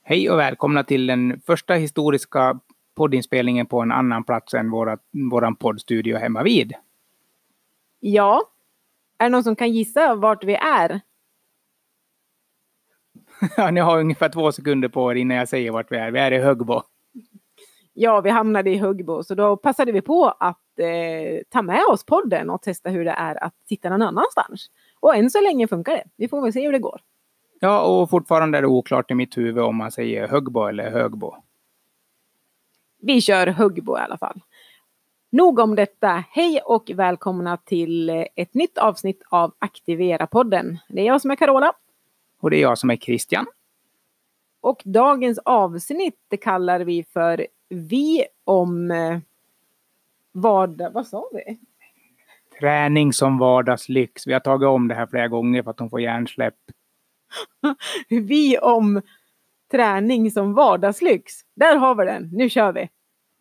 Hej och välkomna till den första historiska poddinspelningen på en annan plats än våran poddstudio hemma vid. Ja, är det någon som kan gissa vart vi är? Ni har ungefär 2 sekunder på er innan jag säger vart vi är. Vi är i Högbo. Ja, vi hamnade i Högbo, så då passade vi på att ta med oss podden och testa hur det är att sitta någon annanstans. Och än så länge funkar det. Vi får väl se hur det går. Ja, och fortfarande är det oklart i mitt huvud om man säger Högbo eller Högbo. Vi kör Högbo i alla fall. Nog om detta. Hej och välkomna till ett nytt avsnitt av Aktivera-podden. Det är jag som är Carola. Och det är jag som är Christian. Och dagens avsnitt det kallar vi för Vi om vad sa vi? Träning som vardagslyx. Vi har tagit om det här flera gånger för att de får hjärnsläpp. Vi om träning som vardagslyx. Där har vi den. Nu kör vi.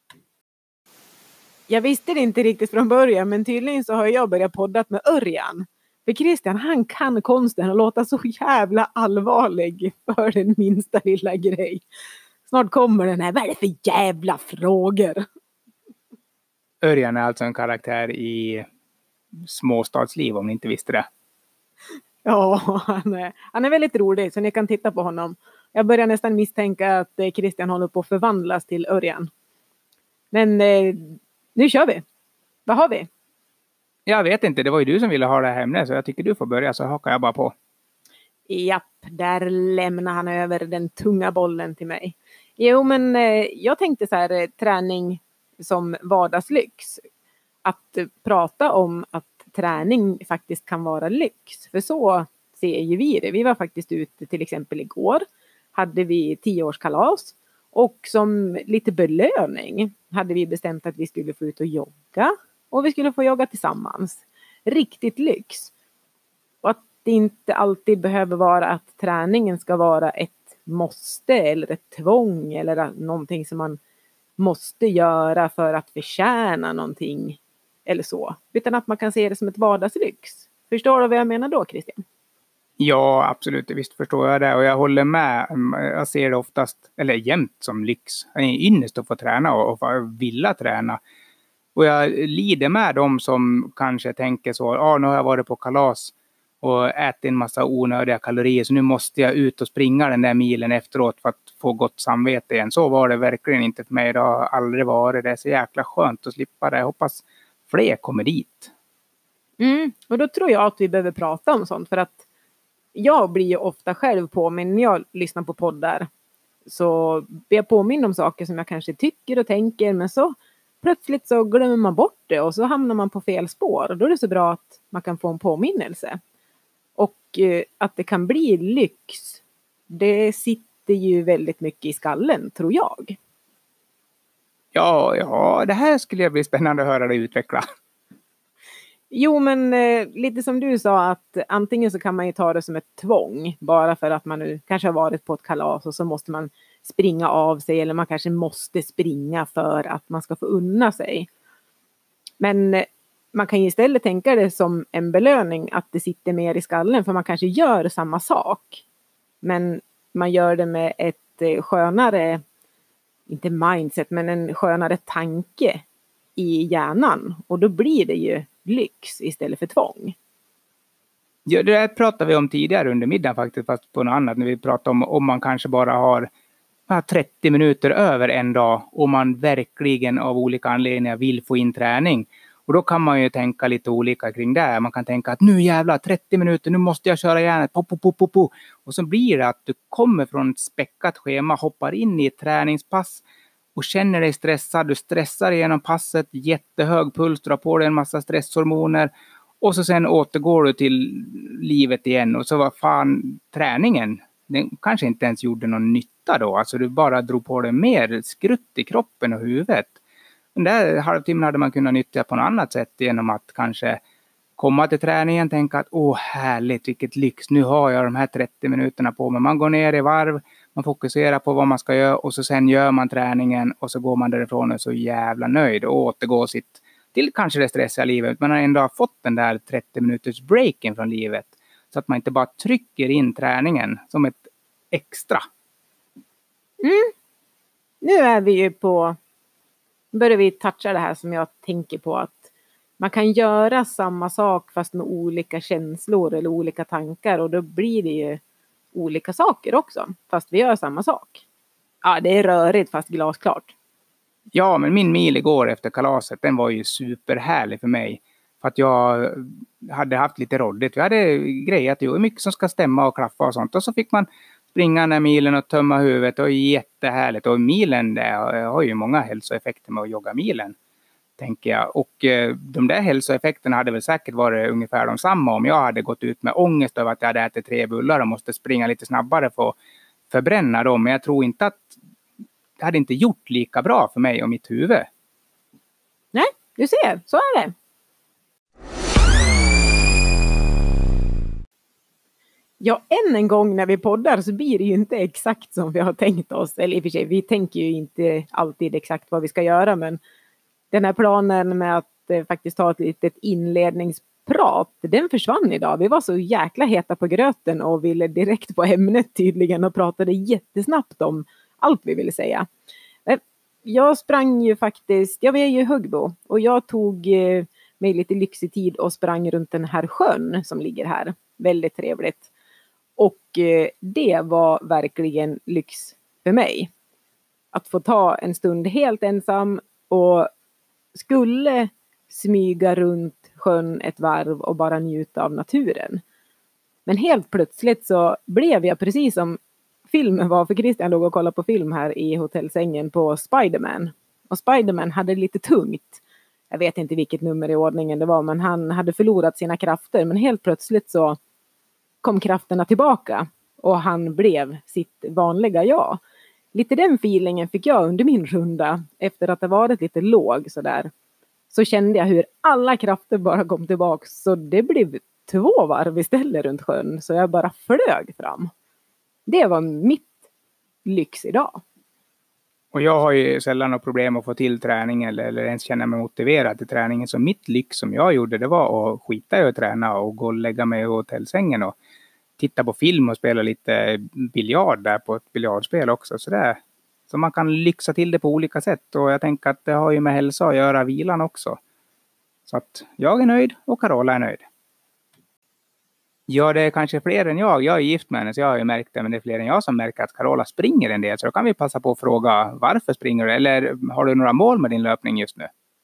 Jag visste det inte riktigt från början, men tydligen så har jag börjat podda med Örjan. För Christian, han kan konsten att låta så jävla allvarlig för den minsta lilla grej. Snart kommer den här, vad är det för jävla frågor? Örjan är alltså en karaktär i Småstadsliv, om ni inte visste det. Ja, han är väldigt rolig, så ni kan titta på honom. Jag börjar nästan misstänka att Christian håller på att förvandlas till Örjan. Men nu kör vi. Vad har vi? Jag vet inte, det var ju du som ville ha det här ämnet, så jag tycker du får börja, så hakar jag bara på. Japp, där lämnar han över den tunga bollen till mig. Jo, men jag tänkte så här, träning som vardagslyx. Att prata om att träning faktiskt kan vara lyx. För så ser ju vi det. Vi var faktiskt ute till exempel igår. Hade vi 10-årskalas. Och som lite belöning hade vi bestämt att vi skulle få ut och jogga. Och vi skulle få jogga tillsammans. Riktigt lyx. Och att det inte alltid behöver vara att träningen ska vara ett måste eller ett tvång. Eller någonting som man måste göra för att förtjäna någonting. Eller så. Utan att man kan se det som ett vardagslyx. Förstår du vad jag menar då, Christian? Ja, absolut. Visst förstår jag det. Och jag håller med. Jag ser det oftast, eller jämt som lyx. Det är ynnest att få träna och vilja träna. Och jag lider med dem som kanske tänker så. Nu har jag varit på kalas och ätit en massa onödiga kalorier. Så nu måste jag ut och springa den där milen efteråt för att få gott samvete igen. Så var det verkligen inte för mig. Det har aldrig varit. Det är så jäkla skönt att slippa det. Jag hoppas fler kommer dit. Och då tror jag att vi behöver prata om sånt. För att jag blir ju ofta själv påminn när jag lyssnar på poddar. Så blir jag påminn om saker som jag kanske tycker och tänker. Men så plötsligt så glömmer man bort det. Och så hamnar man på fel spår. Och då är det så bra att man kan få en påminnelse. Och att det kan bli lyx. Det sitter ju väldigt mycket i skallen, tror jag. Ja, det här skulle jag bli spännande att höra dig utveckla. Jo, men lite som du sa att antingen så kan man ju ta det som ett tvång. Bara för att man nu kanske har varit på ett kalas och så måste man springa av sig. Eller man kanske måste springa för att man ska få unna sig. Men man kan ju istället tänka det som en belöning att det sitter mer i skallen. För man kanske gör samma sak. Men man gör det med ett skönare, inte mindset, men en skönare tanke i hjärnan. Och då blir det ju lyx istället för tvång. Ja, det där pratade vi om tidigare under middagen faktiskt, fast på något annat. När vi pratade om man kanske bara har 30 minuter över en dag och man verkligen av olika anledningar vill få in träning. Och då kan man ju tänka lite olika kring det. Man kan tänka att nu jävlar 30 minuter, nu måste jag köra järnet. Po. Och så blir det att du kommer från ett späckat schema, hoppar in i ett träningspass och känner dig stressad. Du stressar igenom passet, jättehög puls, drar på dig en massa stresshormoner. Och så sen återgår du till livet igen. Och så var fan träningen, den kanske inte ens gjorde någon nytta då. Alltså du bara drog på dig mer skrutt i kroppen och huvudet. Den där halvtimmen hade man kunnat nyttja på något annat sätt genom att kanske komma till träningen och tänka att härligt, vilket lyx, nu har jag de här 30 minuterna på mig. Man går ner i varv, man fokuserar på vad man ska göra och så sen gör man träningen och så går man därifrån och är så jävla nöjd och återgår till kanske det stressiga livet. Man har ändå fått den där 30 minuters breaken från livet så att man inte bara trycker in träningen som ett extra. Nu är vi ju börjar vi toucha det här som jag tänker på, att man kan göra samma sak fast med olika känslor eller olika tankar, och då blir det ju olika saker också fast vi gör samma sak. Ja, det är rörigt fast glasklart. Ja, men min mil igår efter kalaset, den var ju superhärlig för mig. För att jag hade haft lite råddigt. Vi hade grejat, det är mycket som ska stämma och klaffa och sånt. Och så fick man springa den här milen och tömma huvudet, och jättehärligt. Och milen, det har ju många hälsoeffekter med att jogga milen, tänker jag. Och de där hälsoeffekterna hade väl säkert varit ungefär de samma om jag hade gått ut med ångest över att jag hade ätit 3 bullar och måste springa lite snabbare för att förbränna dem. Men jag tror inte att det hade inte gjort lika bra för mig och mitt huvud. Nej, du ser, så är det. Ja, än en gång när vi poddar så blir det ju inte exakt som vi har tänkt oss. Eller i och för sig, vi tänker ju inte alltid exakt vad vi ska göra, men den här planen med att faktiskt ta ett litet inledningsprat, den försvann idag. Vi var så jäkla heta på gröten och ville direkt på ämnet tydligen och pratade jättesnabbt om allt vi ville säga. Jag sprang ju faktiskt, jag var ju i Högbo och jag tog mig lite lyxig tid och sprang runt den här sjön som ligger här. Väldigt trevligt. Och det var verkligen lyx för mig. Att få ta en stund helt ensam och skulle smyga runt sjön ett varv och bara njuta av naturen. Men helt plötsligt så blev jag precis som filmen var, för Christian låg och kollade på film här i hotellsängen på Spider-Man. Och Spider-Man hade lite tungt. Jag vet inte vilket nummer i ordningen det var, men han hade förlorat sina krafter. Men helt plötsligt så kom krafterna tillbaka och han blev sitt vanliga jag. Lite den feelingen fick jag under min runda efter att det varit lite låg sådär. Så kände jag hur alla krafter bara kom tillbaka, så det blev 2 varv istället runt sjön, så jag bara flög fram. Det var mitt lyx idag. Och jag har ju sällan något problem att få till träning eller ens känna mig motiverad till träningen. Så mitt lyx som jag gjorde, det var att skita i att träna och gå och lägga mig i hotellsängen och titta på film och spela lite biljard där på ett biljardspel också. Så man kan lyxa till det på olika sätt, och jag tänker att det har ju med hälsa att göra, vilan också. Så att jag är nöjd och Carola är nöjd. Ja, det är kanske fler än jag. Jag är gift med henne så jag har ju märkt det, men det är fler än jag som märker att Carola springer en del. Så då kan vi passa på att fråga, varför springer du? Eller har du några mål med din löpning just nu?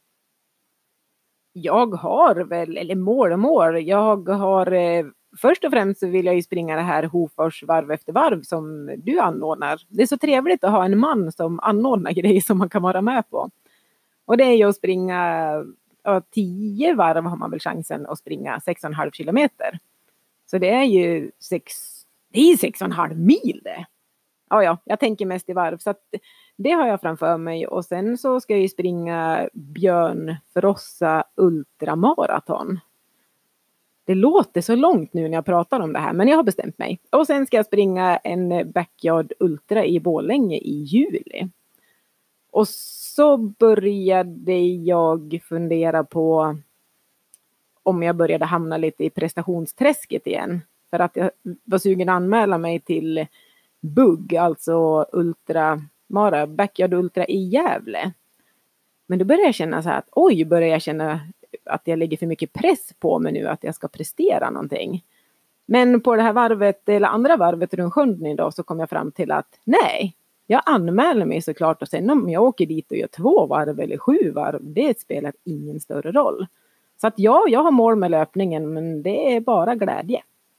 Jag har väl, eller mål. Jag har, först och främst så vill jag ju springa det här Hofors varv efter varv som du anordnar. Det är så trevligt att ha en man som anordnar grejer som man kan vara med på. Och det är ju att springa 10 varv har man väl chansen att springa 6,5 kilometer. Så det är ju 6,5 mil det. Ja, jag tänker mest i varv. Så att det har jag framför mig. Och sen så ska jag ju springa Björn Frossa ultramaraton. Det låter så långt nu när jag pratar om det här, men jag har bestämt mig. Och sen ska jag springa en backyard ultra i Borlänge i juli. Och så började jag fundera på om jag började hamna lite i prestationsträsket igen. För att jag var sugen att anmäla mig till BUG, alltså Backyard Ultra i Gävle. Men då började jag känna så här att jag lägger för mycket press på mig nu att jag ska prestera någonting. Men på det här varvet, eller andra varvet runt sjön idag, så kom jag fram till att nej, jag anmäler mig såklart, och sen om jag åker dit och gör 2 varv eller 7 varv, det spelar ingen större roll. Så att ja, jag har mål med löpningen, men det är bara glädje.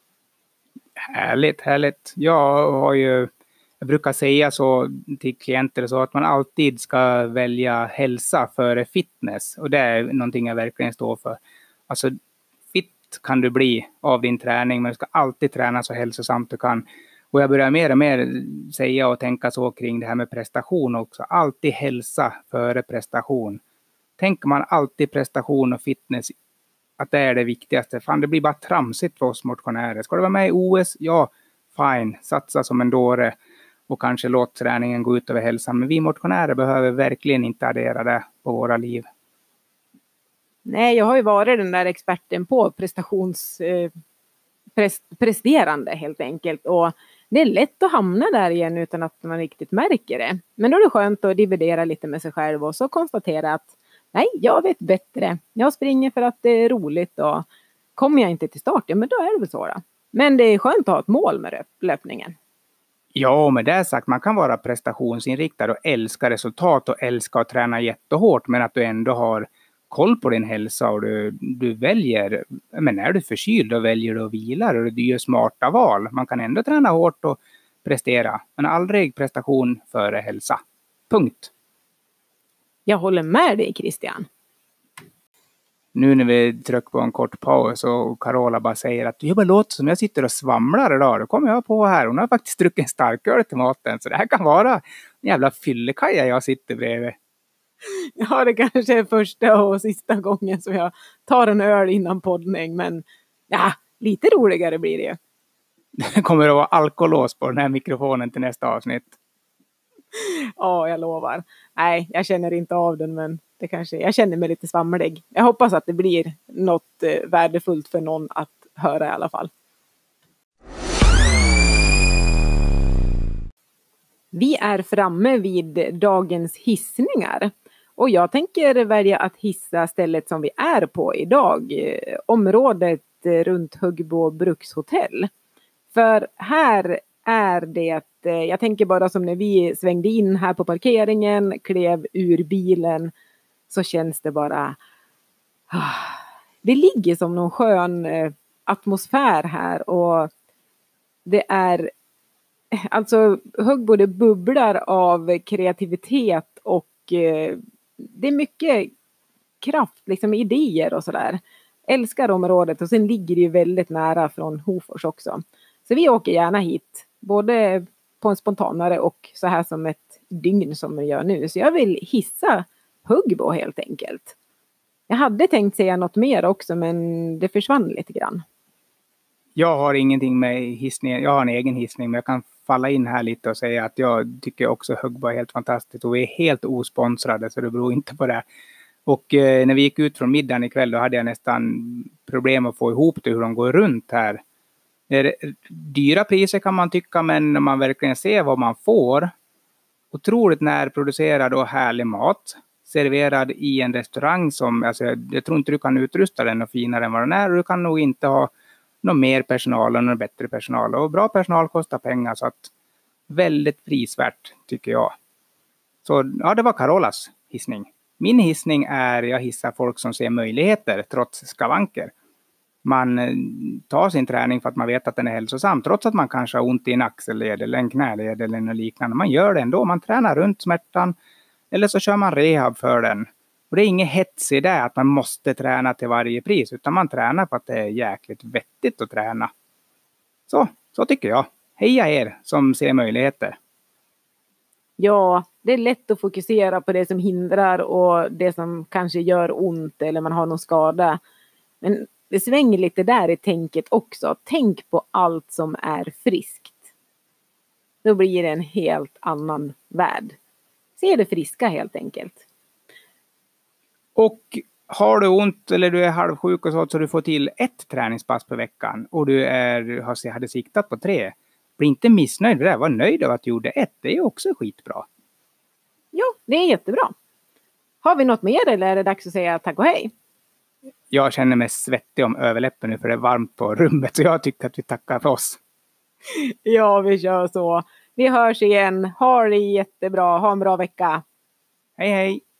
Härligt. Jag brukar säga så till klienter så att man alltid ska välja hälsa före fitness. Och det är någonting jag verkligen står för. Alltså fit kan du bli av din träning, men du ska alltid träna så hälsosamt du kan. Och jag börjar mer och mer säga och tänka så kring det här med prestation också. Alltid hälsa före prestation. Tänker man alltid prestation och fitness, att det är det viktigaste. Fan, det blir bara tramsigt för oss motionärer. Ska du vara med i OS? Ja, fine. Satsa som en dåre. Och kanske låt träningen gå ut över hälsan. Men vi motionärer behöver verkligen inte addera det på våra liv. Nej, jag har ju varit den där experten på presterande helt enkelt. Och det är lätt att hamna där igen utan att man riktigt märker det. Men då är det skönt att dividera lite med sig själv och så konstatera att nej, jag vet bättre. Jag springer för att det är roligt och kommer jag inte till start, ja men då är det väl så då. Men det är skönt att ha ett mål med löpningen. Ja, med det sagt, man kan vara prestationsinriktad och älska resultat och älska att träna jättehårt, men att du ändå har koll på din hälsa och du väljer, men är du förkyld då väljer du att vila och du gör smarta val. Man kan ändå träna hårt och prestera, men aldrig prestation före hälsa. Punkt. Jag håller med dig, Christian. Nu när vi trycker på en kort paus och Carola bara säger att jag bara låter som jag sitter och svamlar idag. Då kommer jag på här. Hon har faktiskt druckit en starköl till maten. Så det här kan vara en jävla fyllekaja jag sitter bredvid. Ja, det kanske är första och sista gången som jag tar en öl innan poddning. Men ja, lite roligare blir det ju. Det kommer att vara alkolås på den här mikrofonen till nästa avsnitt. Ja, jag lovar. Nej, jag känner inte av den, men det kanske, jag känner mig lite svamlig. Jag hoppas att det blir något värdefullt för någon att höra i alla fall. Vi är framme vid dagens hissningar. Och jag tänker välja att hissa stället som vi är på idag. Området runt Högbo brukshotell. För här är det, jag tänker bara som när vi svängde in här på parkeringen, klev ur bilen, så känns det bara, det ligger som någon skön atmosfär här och det är, alltså Högbo, det bubblar av kreativitet och det är mycket kraft, liksom idéer och sådär. Älskar området och sen ligger det ju väldigt nära från Hofors också. Så vi åker gärna hit, både på en spontanare och så här som ett dygn som vi gör nu. Så jag vill hissa Högbo helt enkelt. Jag hade tänkt säga något mer också, men det försvann lite grann. Jag har ingenting med hissningen, jag har en egen hissning, men jag kan falla in här lite och säga att jag tycker också Högbo är helt fantastiskt och vi är helt osponsrade, så det beror inte på det. Och när vi gick ut från middagen ikväll, då hade jag nästan problem att få ihop det, hur de går runt här. Dyra priser kan man tycka, men när man verkligen ser vad man får, otroligt närproducerad och härlig mat serverad i en restaurang som, alltså, jag tror inte du kan utrusta den och finare än vad den är, och du kan nog inte ha någon mer personal och någon bättre personal, och bra personal kostar pengar, så att väldigt prisvärt tycker jag. Så ja, det var Carolas hissning. Min hissning är, jag hissar folk som ser möjligheter trots skavanker. Man tar sin träning för att man vet att den är hälsosam, trots att man kanske har ont i en axelled eller en knäled eller något liknande. Man gör det ändå, man tränar runt smärtan eller så kör man rehab för den. Och det är inget hets i det att man måste träna till varje pris, utan man tränar för att det är jäkligt vettigt att träna. Så tycker jag. Heja er som ser möjligheter. Ja, det är lätt att fokusera på det som hindrar och det som kanske gör ont eller man har någon skada. Men det svänger lite där i tänket också. Tänk på allt som är friskt. Då blir det en helt annan värld. Se det friska helt enkelt. Och har du ont eller du är halvsjuk och så du får till ett träningspass per veckan och du hade siktat på 3. Bli inte missnöjd med det. Var nöjd av att du gjorde 1. Det är också skitbra. Ja, det är jättebra. Har vi något mer eller är det dags att säga tack och hej? Jag känner mig svettig om överläppen nu för det är varmt på rummet, så jag tycker att vi tackar för oss. Ja, vi kör så. Vi hörs igen. Ha det jättebra. Ha en bra vecka. Hej hej!